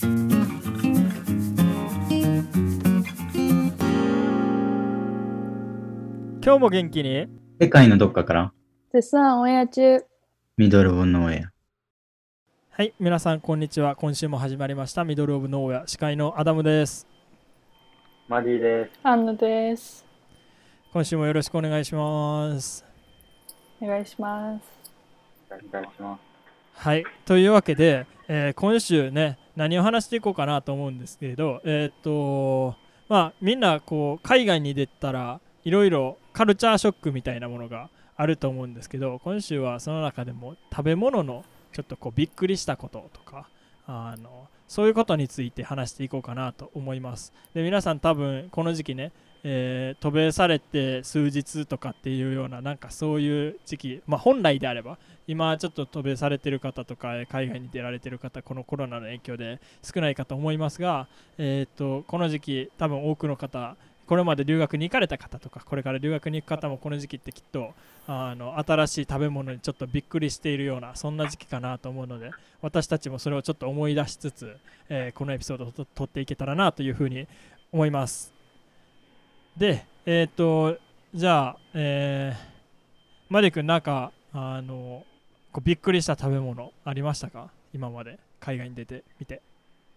今日も元気に世界のどっかから絶賛オンエア中。 ミドルオブノーウェア。 はい、皆さんこんにちは。今週も始まりましたミドルオブノーウェア、司会のアダムです。 マディです。 アンヌです。 今週もよろしくお願いします。 お願いします。 お願いします。 はい、というわけで、今週ね、何を話していこうかなと思うんですけれど、みんなこう海外に出たらいろいろカルチャーショックみたいなものがあると思うんですけど、今週はその中でも食べ物のちょっとこうびっくりしたこととか、そういうことについて話していこうかなと思います。で、皆さん多分この時期ね、渡米されて数日とかっていうような、なんかそういう時期、本来であれば今ちょっと渡米されてる方とか海外に出られてる方、このコロナの影響で少ないかと思いますが、この時期多分多くの方、これまで留学に行かれた方とかこれから留学に行く方もこの時期ってきっと新しい食べ物にちょっとびっくりしているような、そんな時期かなと思うので、私たちもそれをちょっと思い出しつつ、このエピソードを撮っていけたらなというふうに思います。で、じゃあ、マリ君、なんかこうびっくりした食べ物ありましたか？今まで海外に出てみて。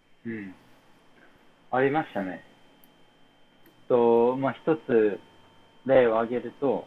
ありましたね。一つ例を挙げると、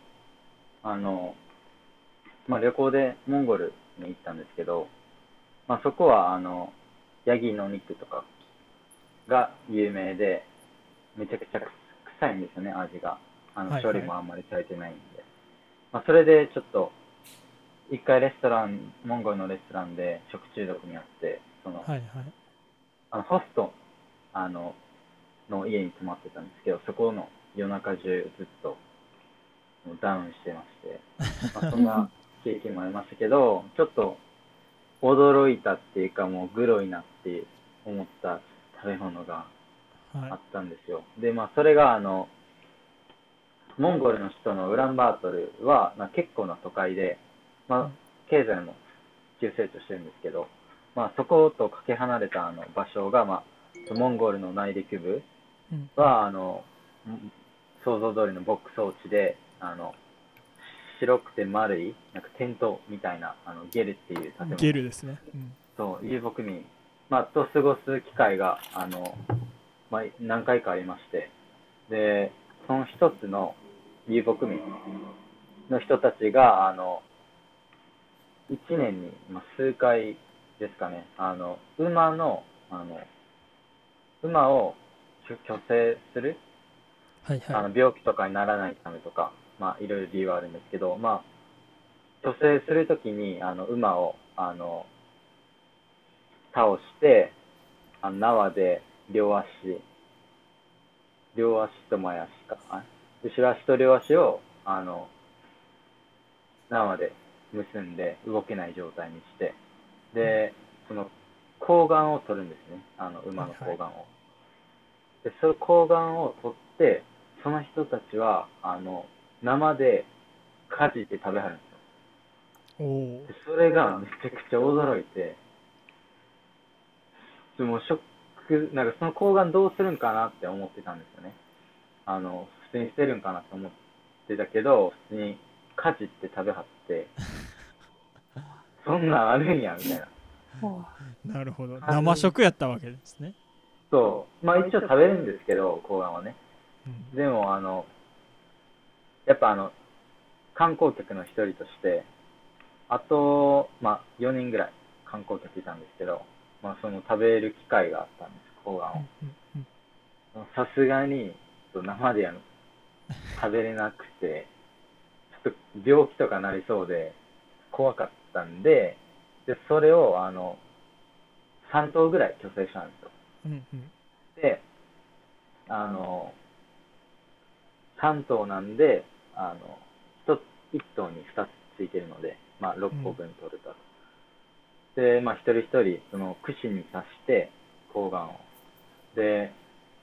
旅行でモンゴルに行ったんですけど、そこはヤギの肉とかが有名で、めちゃくちゃ臭いんですよね、味が。処理もあんまりされてないんで。それでちょっと、一回モンゴルのレストランで食中毒にあって、ホスト、の家に泊まってたんですけど、そこの夜中中ずっとダウンしてまして、そんな経験もありましたけど、ちょっと驚いたっていうか、もうグロいなって思った食べ物があったんですよ。で、それがモンゴルの首都のウランバートルは、結構な都会で、経済も急成長してるんですけど、そことかけ離れた場所が、モンゴルの内陸部は、想像通りの牧草地で、白くて丸い、なんかテントみたいな、ゲルっていう建物。 ゲルですね。 そう、遊牧民、と過ごす機会が、何回かありまして、で、その一つの遊牧民の人たちが、1年に数回ですかね、馬を去勢する、病気とかにならないためとか、いろいろ理由はあるんですけど、去勢するときに馬を倒して、縄で両足と前足か、後ろ足と両足を縄で結んで動けない状態にして、で、その睾丸を取るんですね、馬の睾丸を。で、その睾丸を取って、その人たちは生でかじって食べはるんですよ。でそれがめちゃくちゃ驚いて、もうショック、なんかその睾丸どうするんかなって思ってたんですよね。普通に捨てるんかなって思ってたけど、普通にかじって食べはって、そんなんあるんやみたいな。 なるほど、生食やったわけですね。 そう、一応食べるんですけど、睾丸はね。でもやっぱ観光客の一人として、あと、4人ぐらい観光客いたんですけど、その食べる機会があったんです、睾丸を。さすがに、生で食べれなくて、ちょっと病気とかなりそうで、怖かったんで、それを3頭ぐらい去勢したんですよ。で、3頭なんで、1頭に2つついてるので、6個分取れたと。で、一人一人、その串に刺して、睾丸を。で、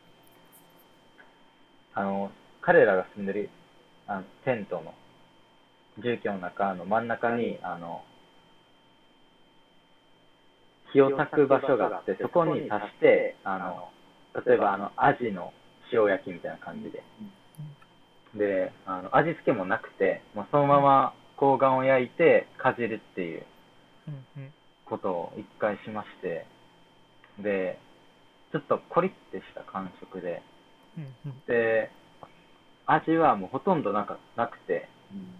彼らが住んでるテントの住居の中の真ん中に、 火を焚く場所があって、そこに刺して、例えばアジの塩焼きみたいな感じで。で、味付けもなくて、もうそのまま睾丸を焼いてかじるっていうことを一回しまして、で、ちょっとコリッてした感触で、で、味はもうほとんどなくて、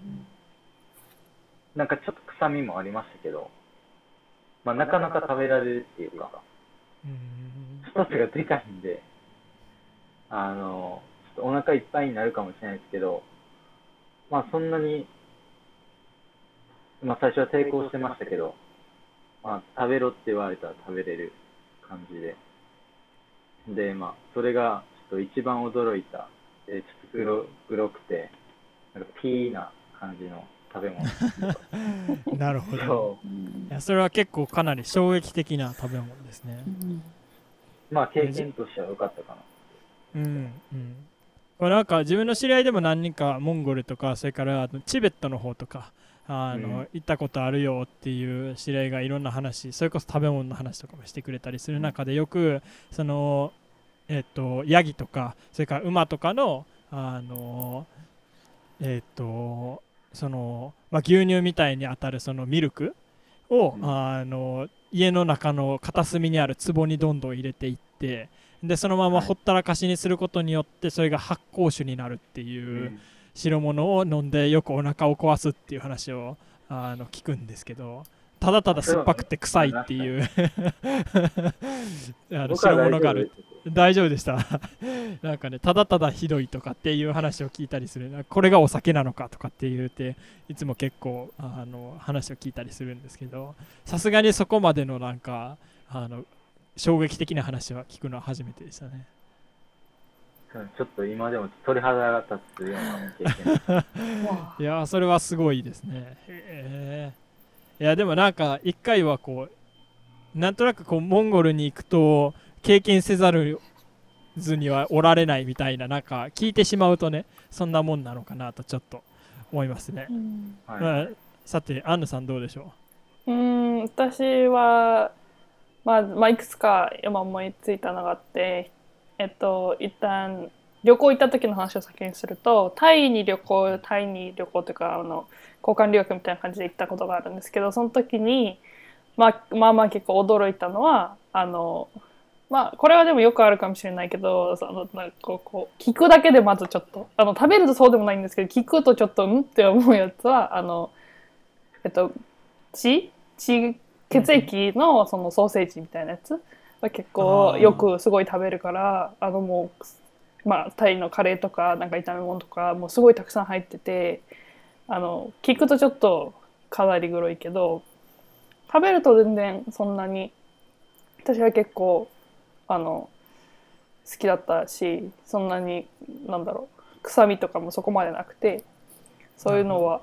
なんかちょっと臭みもありましたけど、まあなかなか食べられるっていうか、一つがでかいんで、ちょっとお腹いっぱいになるかもしれないですけど、まあそんなに、まあ最初は抵抗してましたけど、まあ食べろって言われたら食べれる感じで。で、まあそれがちょっと一番驚いた、ちょっと黒くて、なんかピーな感じの食べ物。 なるほど。いやそれは結構かなり衝撃的な食べ物ですね。 まあ経験としては良かったかな。 これなんか自分の知り合いでも何人かモンゴルとかそれからチベットの方とか行ったことあるよっていう知り合いがいろんな話、それこそ食べ物の話とかもしてくれたりする中で、よくそのヤギとかそれから馬とかのその、まあ、牛乳みたいに当たるそのミルクを、家の中の片隅にある壺にどんどん入れていって、でそのままほったらかしにすることによってそれが発酵酒になるっていう白物を飲んでよくお腹を壊すっていう話を聞くんですけど、ただただ酸っぱくて臭いっていう白物がある。大丈夫でしたなんかね、ただただひどいとかっていう話を聞いたりする。これがお酒なのかとかって言うて、いつも結構話を聞いたりするんですけど、さすがにそこまでのなんか衝撃的な話は聞くのは初めてでしたね。 ちょっと今でも鳥肌が立つような経験いやそれはすごいですね。いやでもなんか一回はこうなんとなくこうモンゴルに行くと経験せざるずにはおられないみたいな、なんか聞いてしまうとね、そんなもんなのかなとちょっと思いますね。さてアンヌさんどうでしょう。私はまあいくつか今思いついたのがあって、一旦旅行行った時の話を先にすると、タイに旅行というか交換留学みたいな感じで行ったことがあるんですけど、その時にまあ結構驚いたのはまあこれはでもよくあるかもしれないけど、なんかこう聞くだけでまずちょっと食べるとそうでもないんですけど、聞くとちょっとって思うやつは血液のそのソーセージみたいなやつは結構よくすごい食べるから、もうまあタイのカレーとかなんか炒め物とかもうすごいたくさん入ってて、聞くとちょっとかなりグロいけど、食べると全然そんなに私は結構好きだったし、そんなになんだろう臭みとかもそこまでなくて、そういうのはあって、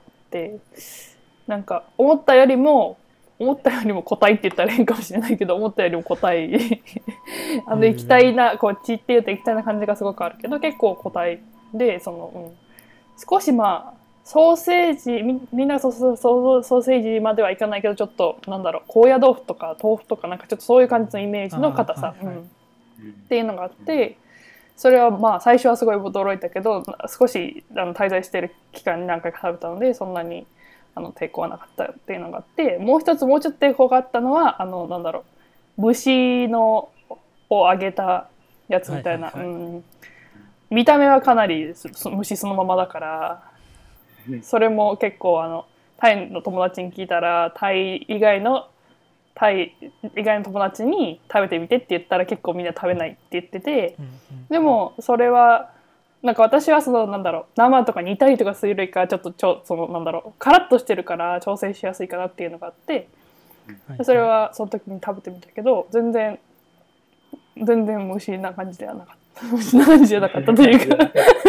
なんか思ったよりも固体って言ったら変かもしれないけど、思ったよりも固体液体なこう血っていうと液体な感じがすごくあるけど、結構固体で少しまあソーセージみんなソーセージまではいかないけど、ちょっとなんだろう高野豆腐とかなんかちょっとそういう感じのイメージの硬さ、っていうのがあって、それはまあ最初はすごい驚いたけど、少し滞在している期間に何回か食べたのでそんなに抵抗はなかったっていうのがあって、もうちょっと抵抗があったのはなんだろう虫を揚げたやつみたいな、見た目はかなり虫そのままだから、それも結構タイの友達に聞いたら、タイ以外の友達に食べてみてって言ったら結構みんな食べないって言ってて、でもそれはなんか私はなんだろう生とか煮たりとかするよりかちょっとなんだろうカラッとしてるから調整しやすいかなっていうのがあって、それはその時に食べてみたけど、全然虫な感じではなかった虫な感じじゃなかったというか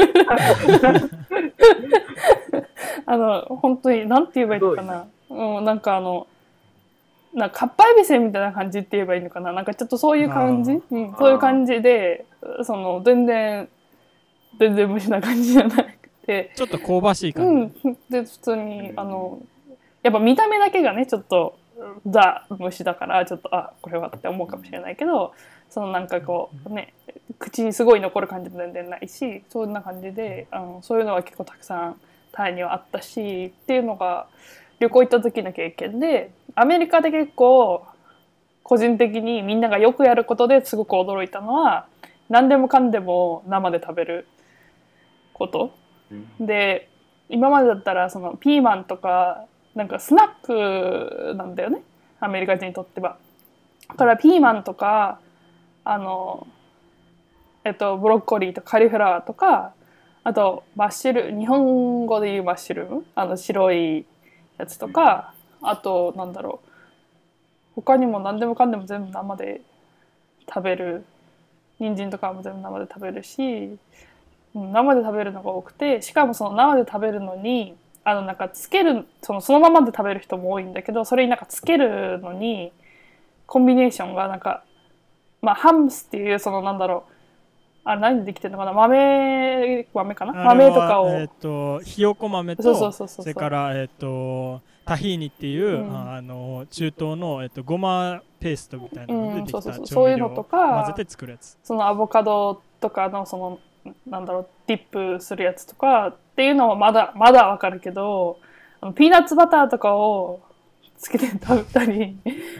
本当になんて言えばいいのかな、なんかなんかかっぱえびせんみたいな感じって言えばいいのかな、なんかちょっとそういう感じ、そういう感じで全然虫な感じじゃなくて、 ちょっと香ばしい感じ、 で普通にやっぱ見た目だけがねちょっとザ虫だからちょっとこれはって思うかもしれないけど、そのなんかこうね口にすごい残る感じも全然ないし、そんな感じでそういうのは結構たくさんタイにはあったしっていうのが旅行行った時の経験で、アメリカで結構個人的にみんながよくやることですごく驚いたのは、何でもかんでも生で食べることで、今までだったらそのピーマンとかなんかスナックなんだよね、アメリカ人にとっては。だからピーマンとかブロッコリーとかカリフラワーとか、あとマッシュルーム、日本語で言うマッシュルーム、白いやつとか、あとなんだろう、他にも何でもかんでも全部生で食べる、人参とかも全部生で食べるし、生で食べるのが多くて、しかもその生で食べるのになんかつける、そのままで食べる人も多いんだけど、それになんかつけるのにコンビネーションがなんか、ハムスっていうそのなんだろう、何でできてるのかな、豆かな、豆とかをひよこ豆と、それからタヒーニっていう、中東のごまペーストみたいなのでできた調味料を混ぜて作るやつ、 そのアボカドとかのそのなんだろう、ディップするやつとかっていうのはまだわかるけど、ピーナッツバターとかをつけて食べたり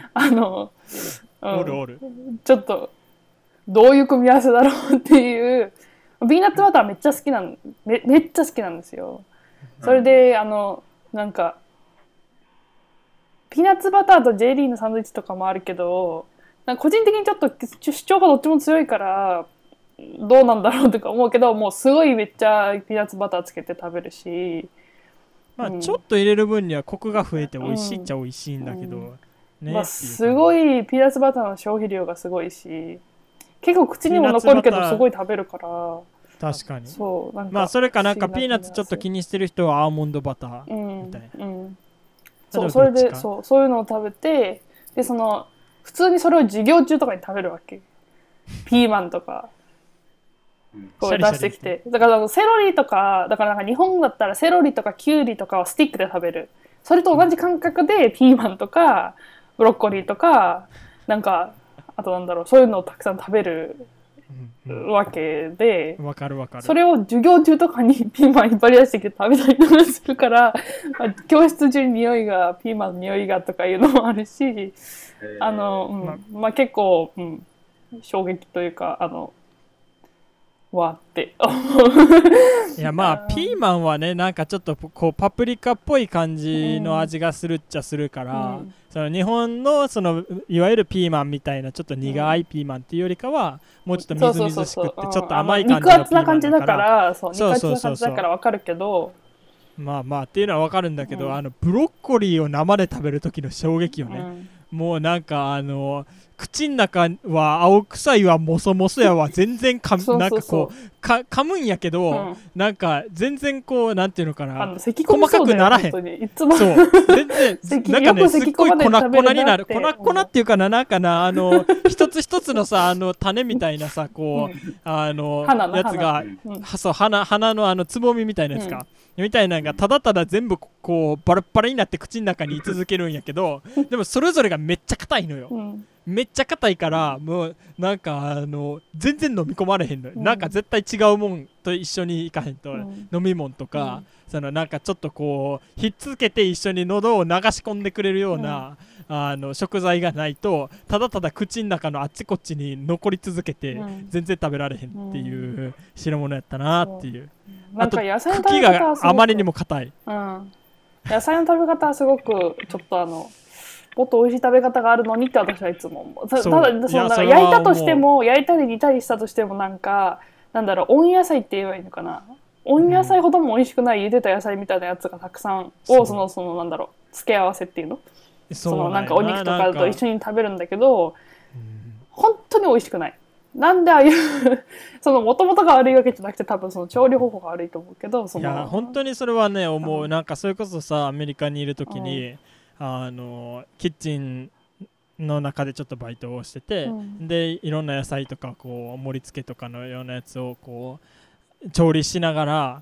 おるちょっとどういう組み合わせだろうっていう、ピーナッツバターめっちゃ好きめっちゃ好きなんですよ。それでなんかピーナッツバターとジェリーのサンドイッチとかもあるけど、なんか個人的にちょっと主張がどっちも強いからどうなんだろうとか思うけど、もうすごいめっちゃピーナッツバターつけて食べるし、 ちょっと入れる分にはコクが増えて美味しいっちゃ美味しいんだけど、 すごいピーナッツバターの消費量がすごいし、結構口にも残るけどすごい食べるから。 確かに。 そうなんかそれかなんかピーナッツちょっと気にしてる人はアーモンドバターみたいな、 それでそういうのを食べて、で普通にそれを授業中とかに食べるわけ。ピーマンとかこう出してきて、だからセロリとか、だからなんか日本だったらセロリとかキュウリとかをスティックで食べる、それと同じ感覚でピーマンとかブロッコリーとかなんかあとなんだろう、そういうのをたくさん食べるわけで、 わかるそれを授業中とかにピーマン引っ張り出してきて食べたりとかするから教室中にピーマンの匂いがとかいうのもあるし、結構、衝撃というかわっていやピーマンはね、なんかちょっとこうパプリカっぽい感じの味がするっちゃするから、その日本のそのいわゆるピーマンみたいなちょっと苦いピーマンっていうよりかは、もうちょっとみずみずしくってちょっと甘い感じのピーマンだから、 肉厚な感じだから、肉厚な感じだから分かるけど、 っていうのは分かるんだけど、ブロッコリーを生で食べる時の衝撃よね、もうなんか口の中は青臭いわ、もそもそやわ、全然なんかこう噛むんやけど、なんか全然こうなんていうのかな、細かくならへん。 いつもそう全然なんかね、すっごい粉になる、粉っていうかな、なんかな一つ一つのさ種みたいなさ、こうやつが花のつぼみみたいなやつか、みたいなのがただただ全部こうバラバラになって口の中に居続けるんやけどでもそれぞれがめっちゃ硬いのよ、めっちゃ硬いから、もうなんか全然飲み込まれへんのよ、なんか絶対違うもんと一緒にいかへんと、飲み物とか、そのなんかちょっとこうひっつけて一緒に喉を流し込んでくれるような、食材がないとただただ口の中のあっちこっちに残り続けて、全然食べられへんっていう代物やったなっていう、あと茎があまりにも硬い、 野菜の食べ方はすごくちょっともっと美味しい食べ方があるのにって私はいつも思う。ただ焼いたとしても、焼いたり煮たりしたとしても、なんかなんだろう、温野菜って言えばいいのかな、温野菜ほども美味しくない茹でた野菜みたいなやつがたくさんをそのなんだろう、付け合わせっていうの、なんかお肉とかと一緒に食べるんだけど、本当に美味しくない。なんでああいうもともとが悪いわけじゃなくて、多分その調理方法が悪いと思うけど、 いや本当にそれはね思う。なんかそれこそさ、アメリカにいる時に、キッチンの中でちょっとバイトをしてて、でいろんな野菜とかこう盛り付けとかのようなやつをこう調理しながら、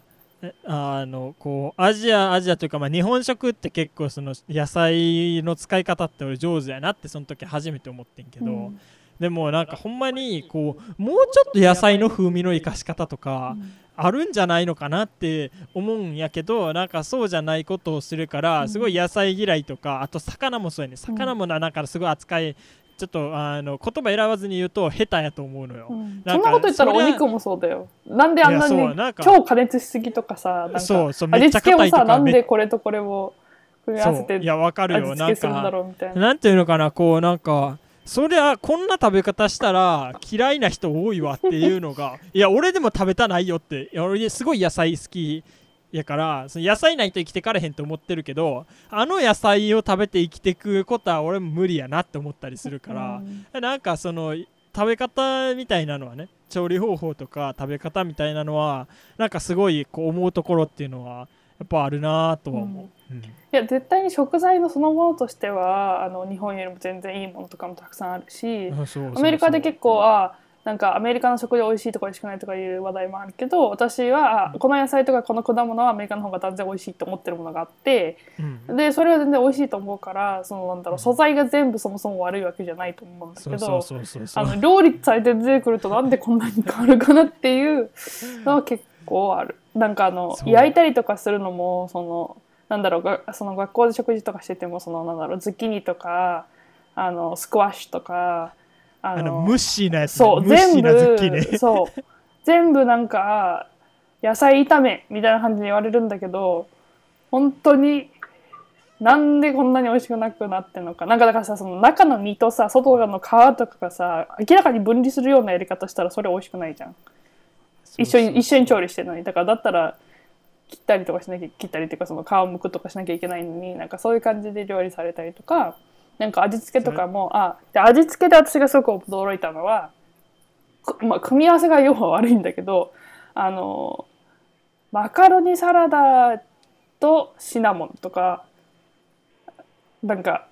こうアジアというか、まあ、日本食って結構その野菜の使い方って俺上手やなってその時初めて思ってんけど、 うんでもなんかほんまにこうもうちょっと野菜の風味の生かし方とかあるんじゃないのかなって思うんやけど、なんかそうじゃないことをするからすごい野菜嫌いとか、あと魚もそうやね、魚もなんかすごい扱いちょっと言葉選ばずに言うと下手やと思うのよ、 そんなこと言ったらお肉もそうだよ。なんであんなに超加熱しすぎとかさ、なんか味付けもさ、なんでこれとこれを組み合わせて味付けするんだろうみたいな。 なんていうのかな、こうなんかそりゃこんな食べ方したら嫌いな人多いわっていうのがいや俺でも食べたないよって、俺すごい野菜好きやからその野菜ないと生きてかれへんと思ってるけど、あの野菜を食べて生きていくことは俺も無理やなって思ったりするから、なんかその食べ方みたいなのはね、調理方法とか食べ方みたいなのはなんかすごいこう思うところっていうのはやっぱあるなとは思う、 いや絶対に食材のそのものとしては日本よりも全然いいものとかもたくさんあるし、アメリカで結構なんかアメリカの食事美味しいとか美味しくないとかいう話題もあるけど、私はこの野菜とかこの果物はアメリカの方が断然美味しいと思ってるものがあって、でそれは全然美味しいと思うから、そのなんだろう、素材が全部そもそも悪いわけじゃないと思うんだけど、料理されて出てくるとなんでこんなに変わるかなっていうのは結構ある。なんか焼いたりとかするのもなんだろう、その学校で食事とかしててもなんだろう、ズッキーニとかスクワッシュとかムッシーなやつ、 そう全部そう全部なんか野菜炒めみたいな感じに言われるんだけど、本当になんでこんなに美味しくなくなってんのか。なんかだからさ、その中の身とさ外側の皮とかがさ明らかに分離するようなやり方したらそれ美味しくないじゃん。一緒に調理してるのに。だからだったら切ったりっていうかその皮を剥くとかしなきゃいけないのに、なんかそういう感じで料理されたりとか、なんか味付けとかもで味付けで私がすごく驚いたのは、組み合わせが要は悪いんだけど、マカロニサラダとシナモンとかなんか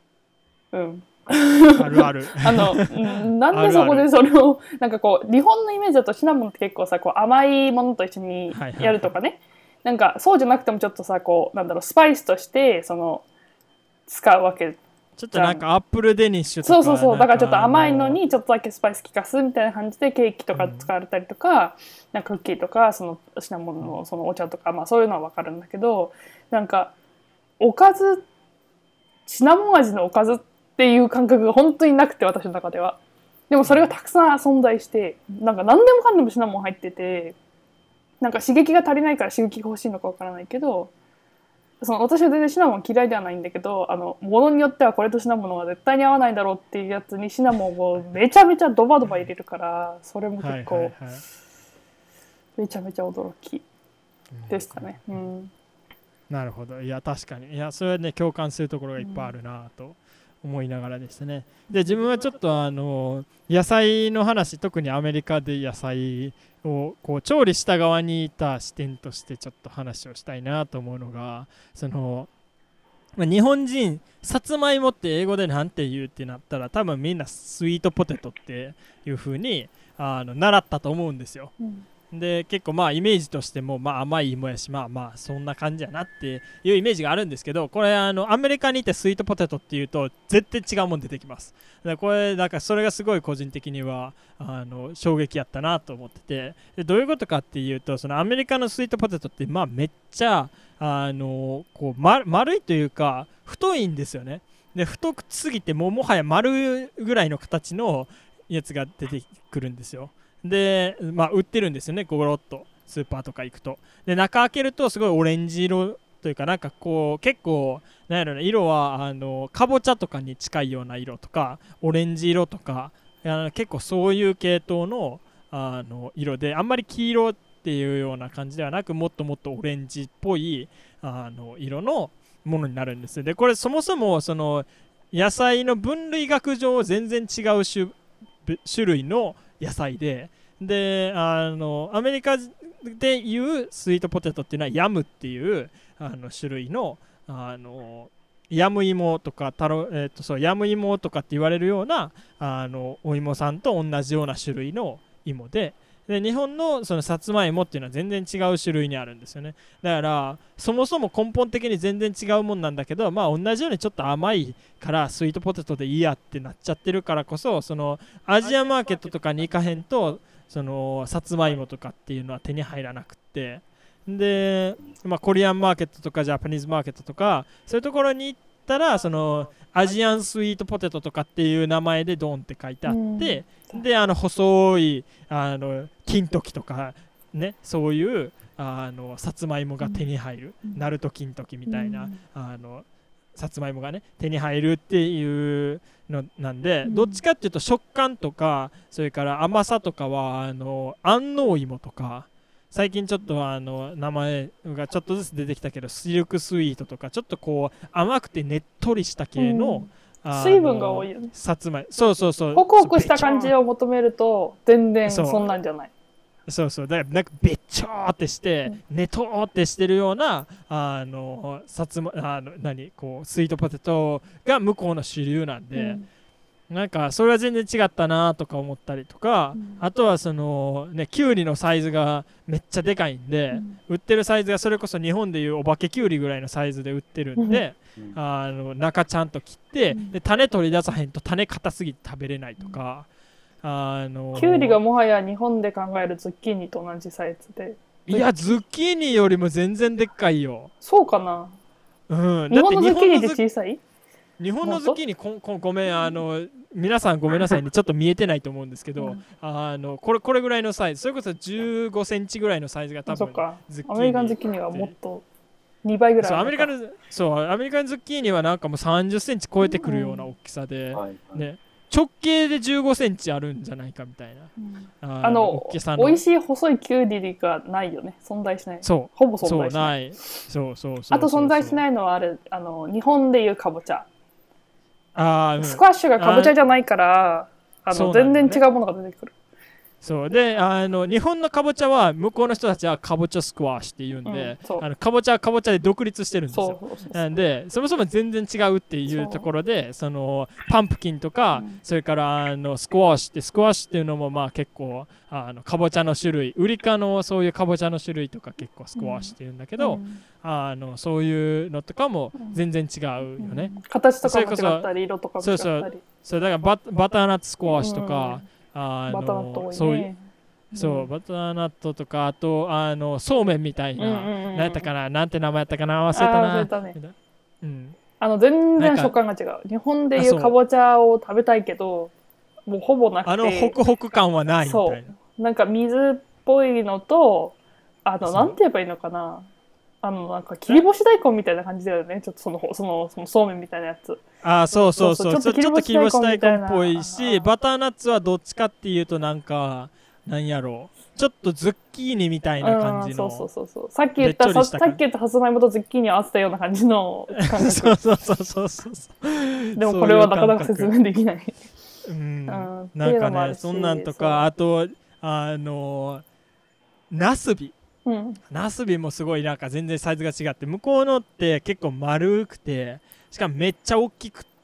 あるあるなんでそこでそれをなんかこう日本のイメージだとシナモンって結構さこう甘いものと一緒にやるとかね、なんかそうじゃなくてもちょっとさこうなんだろうスパイスとして使うわけ。 ちょっとなんかアップルデニッシュとかそうだからちょっと甘いのにちょっとだけスパイス効かすみたいな感じでケーキとか使われたりとか、なんかクッキーとかそのシナモンのそのお茶とか、そういうのは分かるんだけど、なんかおかずシナモン味のおかずっていう感覚が本当になくて、私の中では。でもそれがたくさん存在して、なんか何でもかんでもシナモン入ってて、なんか刺激が足りないから刺激が欲しいのかわからないけど、私は全然シナモン嫌いではないんだけど、ものによってはこれとシナモンは絶対に合わないだろうっていうやつにシナモンをめちゃめちゃドバドバ入れるから、それも結構めちゃめちゃ驚きでしたね。 なるほど。いや確かに、いやそれはね共感するところがいっぱいあるなと思いながらですね。で自分はちょっと野菜の話、特にアメリカで野菜をこう調理した側にいた視点としてちょっと話をしたいなと思うのが、日本人さつまいもって英語でなんて言うってなったら多分みんなスイートポテトっていう風に習ったと思うんですよ。で結構イメージとしても甘い芋やしそんな感じやなっていうイメージがあるんですけど、これアメリカにいてスイートポテトっていうと絶対違うもん出てきます。これなんかそれがすごい個人的には衝撃やったなと思ってて、でどういうことかっていうと、そのアメリカのスイートポテトってめっちゃこう丸いというか太いんですよね。で太くすぎてもはや丸ぐらいの形のやつが出てくるんですよ。で売ってるんですよね、ゴロッとスーパーとか行くと。で中開けるとすごいオレンジ色というか、なんかこう結構なんやろな、色はかぼちゃとかに近いような色とかオレンジ色とか結構そういう系統の色で、あんまり黄色っていうような感じではなく、もっともっとオレンジっぽい色のものになるんです。でこれそもそもその野菜の分類学上全然違う種類の野菜で、アメリカでいうスイートポテトっていうのはヤムっていう種類のヤム芋とかヤム芋とかって言われるようなお芋さんと同じような種類の芋で、 で日本のそのさつまいもっていうのは全然違う種類にあるんですよね。だからそもそも根本的に全然違うもんなんだけど、まあ同じようにちょっと甘いからスイートポテトでいいやってなっちゃってるからこそ、そのアジアマーケットとかに行かへんとそのさつまいもとかっていうのは手に入らなくって、で、まあ、コリアンマーケットとかジャパニーズマーケットとかそういうところに行ったらそのアジアンスイートポテトとかっていう名前でドンって書いてあって、で細い金時とかね、そういうさつまいもが手に入る、ナルト金時みたいなさつまいもがね手に入るっていうのなんで、どっちかっていうと食感とかそれから甘さとかは安納芋とか、最近ちょっと名前がちょっとずつ出てきたけどシルクスイートとかちょっとこう甘くてねっとりした系の、 水分が多いよね。 さつまい、そうそうそう、 ホクホクした感じを求めると全然そんなんじゃない。 そうそう、だからなんかべっちょーってして、ねとーってしてるようなさつまこうスイートポテトが向こうの主流なんで、なんかそれは全然違ったなとか思ったりとか、あとはそのねキュウリのサイズがめっちゃでかいんで、売ってるサイズがそれこそ日本でいうお化けキュウリぐらいのサイズで売ってるんで、中ちゃんと切って、で種取り出さへんと種硬すぎて食べれないとか、 キュウリがもはや日本で考えるズッキーニと同じサイズで、 いやズッキーニよりも全然でっかいよ。 そうかな、 日本のズッキーニって小さい？ 日本のズッキーニごめん皆さんごめんなさいねちょっと見えてないと思うんですけど、これぐらいのサイズ、それこそ15センチぐらいのサイズが多分ズッキーニ。 アメリカンズッキーニはもっと2倍ぐらい。 アメリカのズッキーニはなんかもう30センチ超えてくるような大きさで、ね、直径で15センチあるんじゃないかみたいな、大きさの美味しい細いキュウリがないよね。存在しない。 そう、 ほぼ存在しない。あと存在しないのは日本でいうかぼちゃ。スクワッシュがかぼちゃじゃないから全然違うものが出てくる。そうで日本のかぼちゃは向こうの人たちはかぼちゃスクワッシュって言うんで、かぼちゃはかぼちゃで独立してるんですよ。なんでそもそも全然違うっていうところで、そのパンプキンとか、それからスクワッシュっていうのもまあ結構かぼちゃの種類、ウリ科のそういうかぼちゃの種類とか結構スクワッシュっていうんだけど、そういうのとかも全然違うよね。 形とかも違ったり色とかも違ったり。 そうだからバターナッツスクワッシュとか、 バターナット多いね。 バターナットとか、あとそうめんみたいな、何やったかな、なんて名前やったかな、忘れたな。 全然食感が違う。日本でいうかぼちゃを食べたいけどもうほぼなくて、 ホクホク感はないみたいな。 なんか水っぽいのとなんて言えばいいのかな、なんか切り干し大根みたいな感じだよね。ちょっとそのそうめんみたいなやつ。 そうちょっと切り干し大根っぽいし、バターナッツはどっちかっていうとなんかなんやろう、ちょっとズッキーニみたいな感じの。 そうさっき言ったさつまいもとズッキーニを合わせたような感じの感覚。そうでもこれはなかなか説明できない。 なんかね、そんなんとか、あとナスビ。ナスビもすごいなんか全然サイズが違って、向こうのって結構丸くて、しかもめっちゃ大きくって、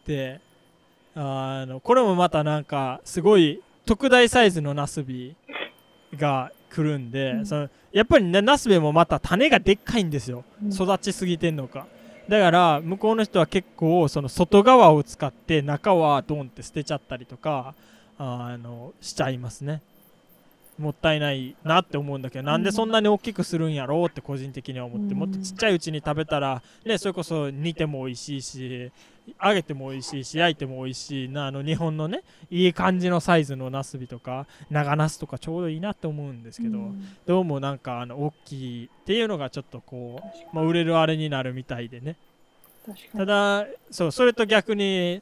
これもまたなんかすごい特大サイズのナスビが来るんで、やっぱりねナスビもまた種がでっかいんですよ。育ちすぎてんのか。だから向こうの人は結構その外側を使って中はドンって捨てちゃったりとかしちゃいますね。もったいないなって思うんだけど、なんでそんなに大きくするんやろうって個人的には思って、もっとちっちゃいうちに食べたら、ね、それこそ煮ても美味しいし、揚げても美味しいし、焼いても美味しいな、日本のねいい感じのサイズのナスビとか長ナスとかちょうどいいなって思うんですけど、どうもなんか大きいっていうのがちょっとこう、売れるあれになるみたいでね。ただそれと逆に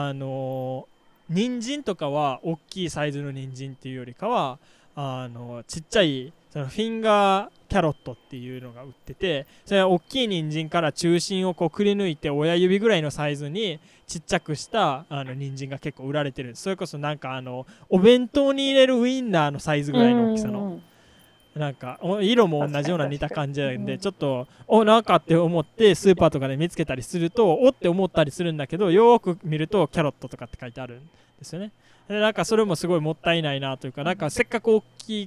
人参とかは大きいサイズの人参っていうよりかはちっちゃいそのフィンガーキャロットっていうのが売ってて、それは大きい人参から中心をこうくり抜いて親指ぐらいのサイズにちっちゃくした人参が結構売られてるんです。それこそなんかお弁当に入れるウインナーのサイズぐらいの大きさの、なんか色も同じような似た感じなんで、ちょっとなんかって思ってスーパーとかで見つけたりするとって思ったりするんだけど、よく見るとキャロットとかって書いてあるんですよね。でなんかそれもすごいもったいないなというか、なんかせっかく大き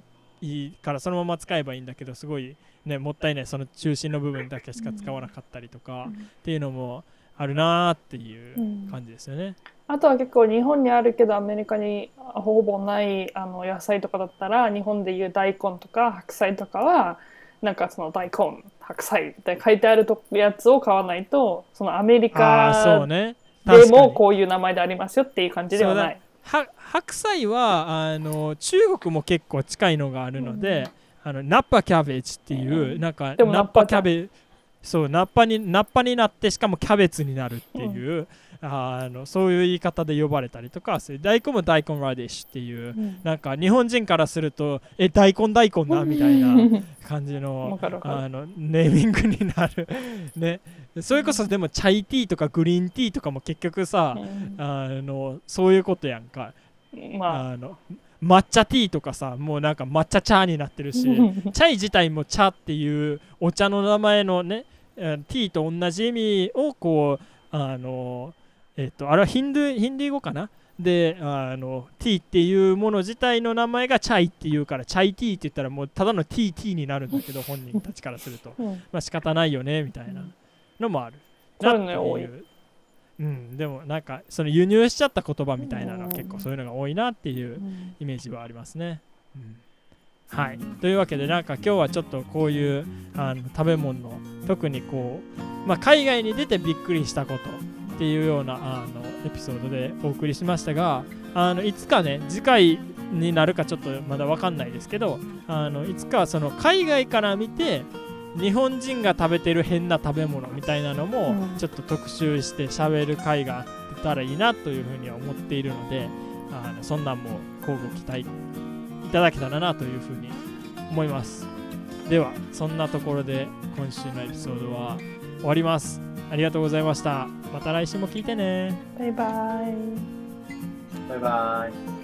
いいからそのまま使えばいいんだけど、すごいねもったいない、その中心の部分だけしか使わなかったりとかっていうのもあるなーっていう感じですよね。 あとは結構日本にあるけどアメリカにほぼない野菜とかだったら、日本でいう大根とか白菜とかはなんかその大根白菜って書いてあるやつを買わないと、そのアメリカでもこういう名前でありますよっていう感じではない。 白菜は中国も結構近いのがあるので、ナッパキャベツっていう、なんかナッパキャベツ、そうナッパになってしかもキャベツになるっていう、そういう言い方で呼ばれたりとか、大根も大根ラディッシュっていう、なんか日本人からすると大根なみたいな感じのネーミングになるね。それこそでもチャイティーとかグリーンティーとかも結局さ、そういうことやんか。抹茶ティーとかさ、もうなんか抹茶チャーになってるしチャイ自体も茶っていうお茶の名前のね、ティーと同じ意味をこうあれはヒンドゥー語かなで、ティーっていうもの自体の名前がチャイっていうから、チャイティーって言ったらもうただのティーになるんだけど本人たちからするとまあ仕方ないよねみたいなのもあるなっていう。でもなんかその輸入しちゃった言葉みたいなのは結構そういうのが多いなっていうイメージはありますね。はい、というわけでなんか今日はちょっとこういう食べ物の特にこう、海外に出てびっくりしたことっていうようなエピソードでお送りしましたが、いつかね次回になるかちょっとまだ分かんないですけど、いつかその海外から見て日本人が食べてる変な食べ物みたいなのもちょっと特集して喋る回があったらいいなというふうには思っているので、そんなんも交互期待いただけたらなというふうに思います。ではそんなところで今週のエピソードは終わります。ありがとうございました。また来週も聞いてね。 バイバイ。 バイバイ。